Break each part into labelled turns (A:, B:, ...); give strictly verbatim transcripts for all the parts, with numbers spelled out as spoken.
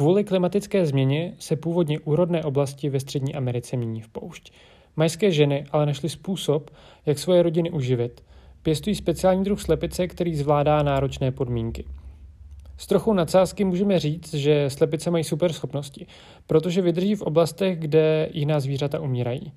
A: Kvůli klimatické změně se původně úrodné oblasti ve Střední Americe mění v poušť. Majské ženy ale našly způsob, jak svoje rodiny uživit. Pěstují speciální druh slepice, který zvládá náročné podmínky. S trochou nadsázky můžeme říct, že slepice mají super schopnosti, protože vydrží v oblastech, kde jiná zvířata umírají.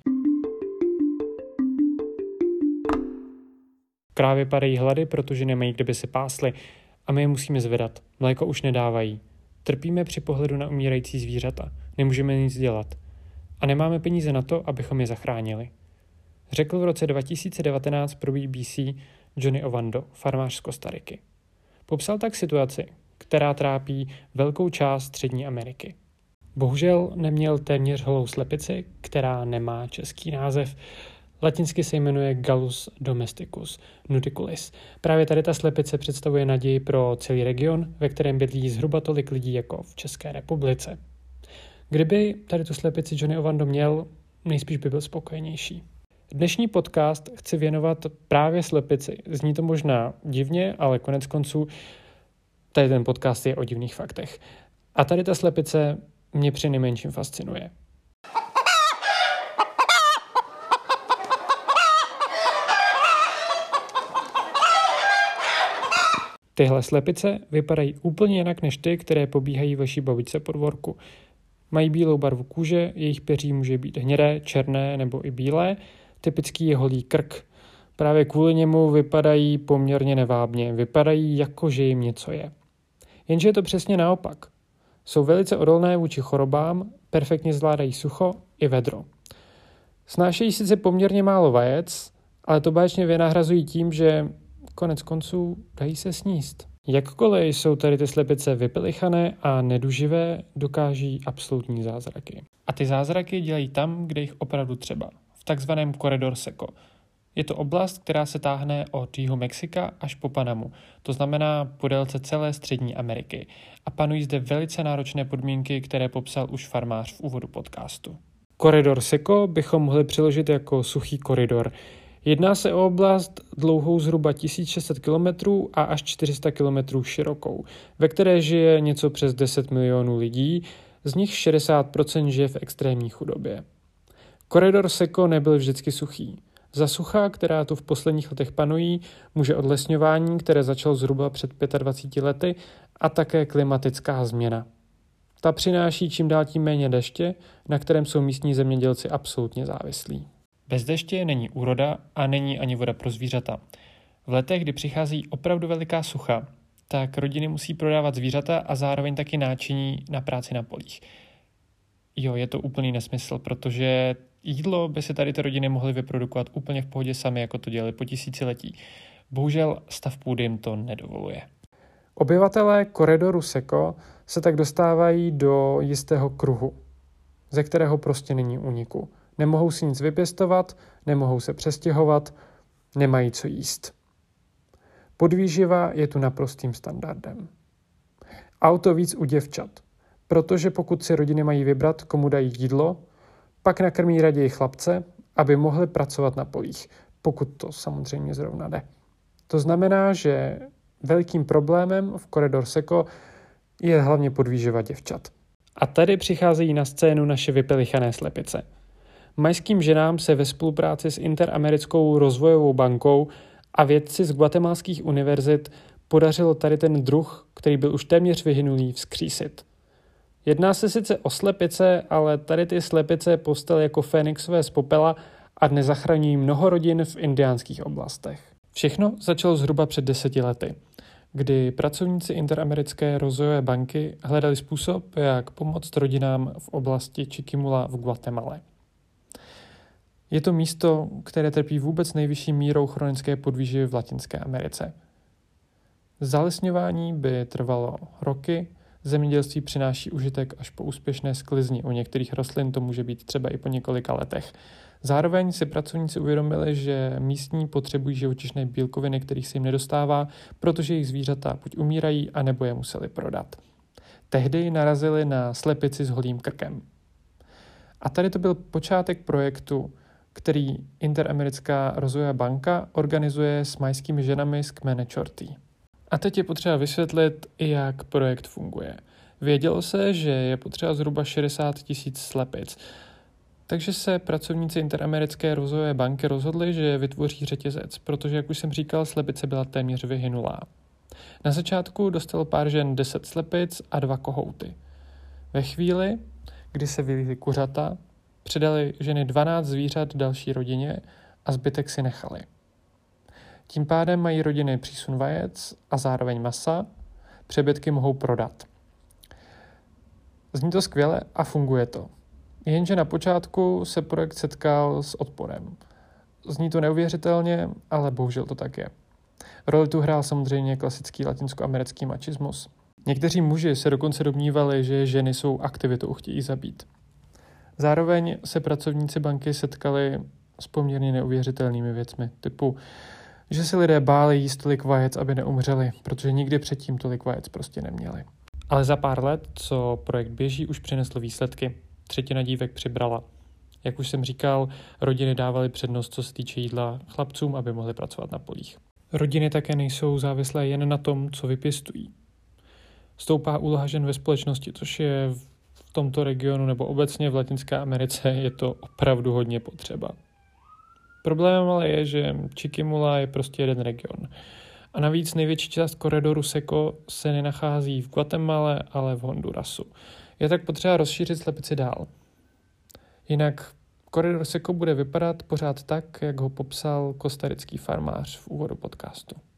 A: Krávy padají hlady, protože nemají kde by se pásly a my je musíme zvedat. Mléko už nedávají. Trpíme při pohledu na umírající zvířata. Nemůžeme nic dělat. A nemáme peníze na to, abychom je zachránili. Řekl v roce dva tisíce devatenáct pro B B C Johnny Ovando, farmář z Kostariky. Popsal tak situaci, která trápí velkou část Střední Ameriky. Bohužel neměl téměř holou slepici, která nemá český název. Latinsky se jmenuje Gallus domesticus nuticulis. Právě tady ta slepice představuje naději pro celý region, ve kterém bydlí zhruba tolik lidí jako v České republice. Kdyby tady tu slepici Johnny Ovando měl, nejspíš by byl spokojenější. Dnešní podcast chci věnovat právě slepici. Zní to možná divně, ale konec konců tady ten podcast je o divných faktech. A tady ta slepice mě při nejmenším fascinuje. Tyhle slepice vypadají úplně jinak než ty, které pobíhají vaší babičce po dvorku. Mají bílou barvu kůže, jejich peří může být hnědé, černé nebo i bílé, typický je holý krk. Právě kvůli němu vypadají poměrně nevábně, vypadají jako, že jim něco je. Jenže je to přesně naopak. Jsou velice odolné vůči chorobám, perfektně zvládají sucho i vedro. Snášejí sice poměrně málo vajec, ale to báječně vynahrazují tím, že konec konců dají se sníst. Jakkoliv jsou tady ty slepice vypelichané a neduživé, dokáží absolutní zázraky. A ty zázraky dělají tam, kde jich opravdu třeba. V takzvaném Corredor Seco. Je to oblast, která se táhne od jihu Mexika až po Panamu. To znamená po délce celé Střední Ameriky. A panují zde velice náročné podmínky, které popsal už farmář v úvodu podcastu. Corredor Seco bychom mohli přeložit jako suchý koridor. Jedná se o oblast dlouhou zhruba tisíc šest set kilometrů a až čtyři sta kilometrů širokou, ve které žije něco přes deset milionů lidí, z nich šedesát procent žije v extrémní chudobě. Corredor Seco nebyl vždycky suchý. Za sucha, která tu v posledních letech panují, může odlesňování, které začalo zhruba před dvaceti pěti lety, a také klimatická změna. Ta přináší čím dál tím méně deště, na kterém jsou místní zemědělci absolutně závislí. Bez deště není úroda a není ani voda pro zvířata. V letech, kdy přichází opravdu veliká sucha, tak rodiny musí prodávat zvířata a zároveň taky náčiní na práci na polích. Jo, je to úplný nesmysl, protože jídlo by se tady ty rodiny mohly vyprodukovat úplně v pohodě sami, jako to dělali po tisíciletí. Bohužel stav půdy jim to nedovoluje. Obyvatelé Corredoru Seco se tak dostávají do jistého kruhu, ze kterého prostě není úniku. Nemohou si nic vypěstovat, nemohou se přestěhovat, nemají co jíst. Podvýživa je tu naprostým standardem. A o to víc u děvčat, protože pokud si rodiny mají vybrat, komu dají jídlo, pak nakrmí raději chlapce, aby mohli pracovat na polích, pokud to samozřejmě zrovna jde. To znamená, že velkým problémem v Corredor Seco je hlavně podvýživa děvčat. A tady přicházejí na scénu naše vypelichané slepice. Majským ženám se ve spolupráci s Interamerickou rozvojovou bankou a vědci z guatemalských univerzit podařilo tady ten druh, který byl už téměř vyhynulý, vzkřísit. Jedná se sice o slepice, ale tady ty slepice povstaly jako fénixové z popela a dnes zachraňují mnoho rodin v indiánských oblastech. Všechno začalo zhruba před deseti lety, kdy pracovníci Interamerické rozvojové banky hledali způsob, jak pomoct rodinám v oblasti Chiquimula v Guatemale. Je to místo, které trpí vůbec nejvyšší mírou chronické podvýživy v Latinské Americe. Zalesňování by trvalo roky, zemědělství přináší užitek až po úspěšné sklizni. U některých rostlin to může být třeba i po několika letech. Zároveň si pracovníci uvědomili, že místní potřebují živočišné bílkoviny, kterých se jim nedostává, protože jejich zvířata buď umírají, anebo je museli prodat. Tehdy narazili na slepici s holým krkem. A tady to byl počátek projektu, který Interamerická rozvojová banka organizuje s majskými ženami z kmene Chortí. A teď je potřeba vysvětlit, jak projekt funguje. Vědělo se, že je potřeba zhruba šedesát tisíc slepic, takže se pracovníci Interamerické rozvojové banky rozhodli, že vytvoří řetězec, protože, jak už jsem říkal, slepice byla téměř vyhynulá. Na začátku dostal pár žen deset slepic a dva kohouty. Ve chvíli, kdy se vylíhly kuřata, předali ženy dvanáct zvířat další rodině a zbytek si nechali. Tím pádem mají rodiny přísun vajec a zároveň masa, přebytky mohou prodat. Zní to skvěle a funguje to. Jenže na počátku se projekt setkal s odporem. Zní to neuvěřitelně, ale bohužel to tak je. Roli tu hrál samozřejmě klasický latinskoamerický mačismus. Někteří muži se dokonce domnívali, že ženy svou aktivitou chtějí zabít. Zároveň se pracovníci banky setkali s poměrně neuvěřitelnými věcmi, typu, že si lidé báli jíst tolik vajec, aby neumřeli, protože nikdy předtím tolik vajec prostě neměli. Ale za pár let, co projekt běží, už přinesl výsledky. Třetina dívek přibrala. Jak už jsem říkal, rodiny dávaly přednost, co se týče jídla, chlapcům, aby mohli pracovat na polích. Rodiny také nejsou závislé jen na tom, co vypěstují. Stoupá úloha žen ve společnosti, což je v tomto regionu nebo obecně v Latinské Americe je to opravdu hodně potřeba. Problémem ale je, že Chiquimula je prostě jeden region. A navíc největší část koridoru Seco se nenachází v Guatemale, ale v Hondurasu. Je tak potřeba rozšířit slepici dál. Jinak koridor Seco bude vypadat pořád tak, jak ho popsal kostarický farmář v úvodu podcastu.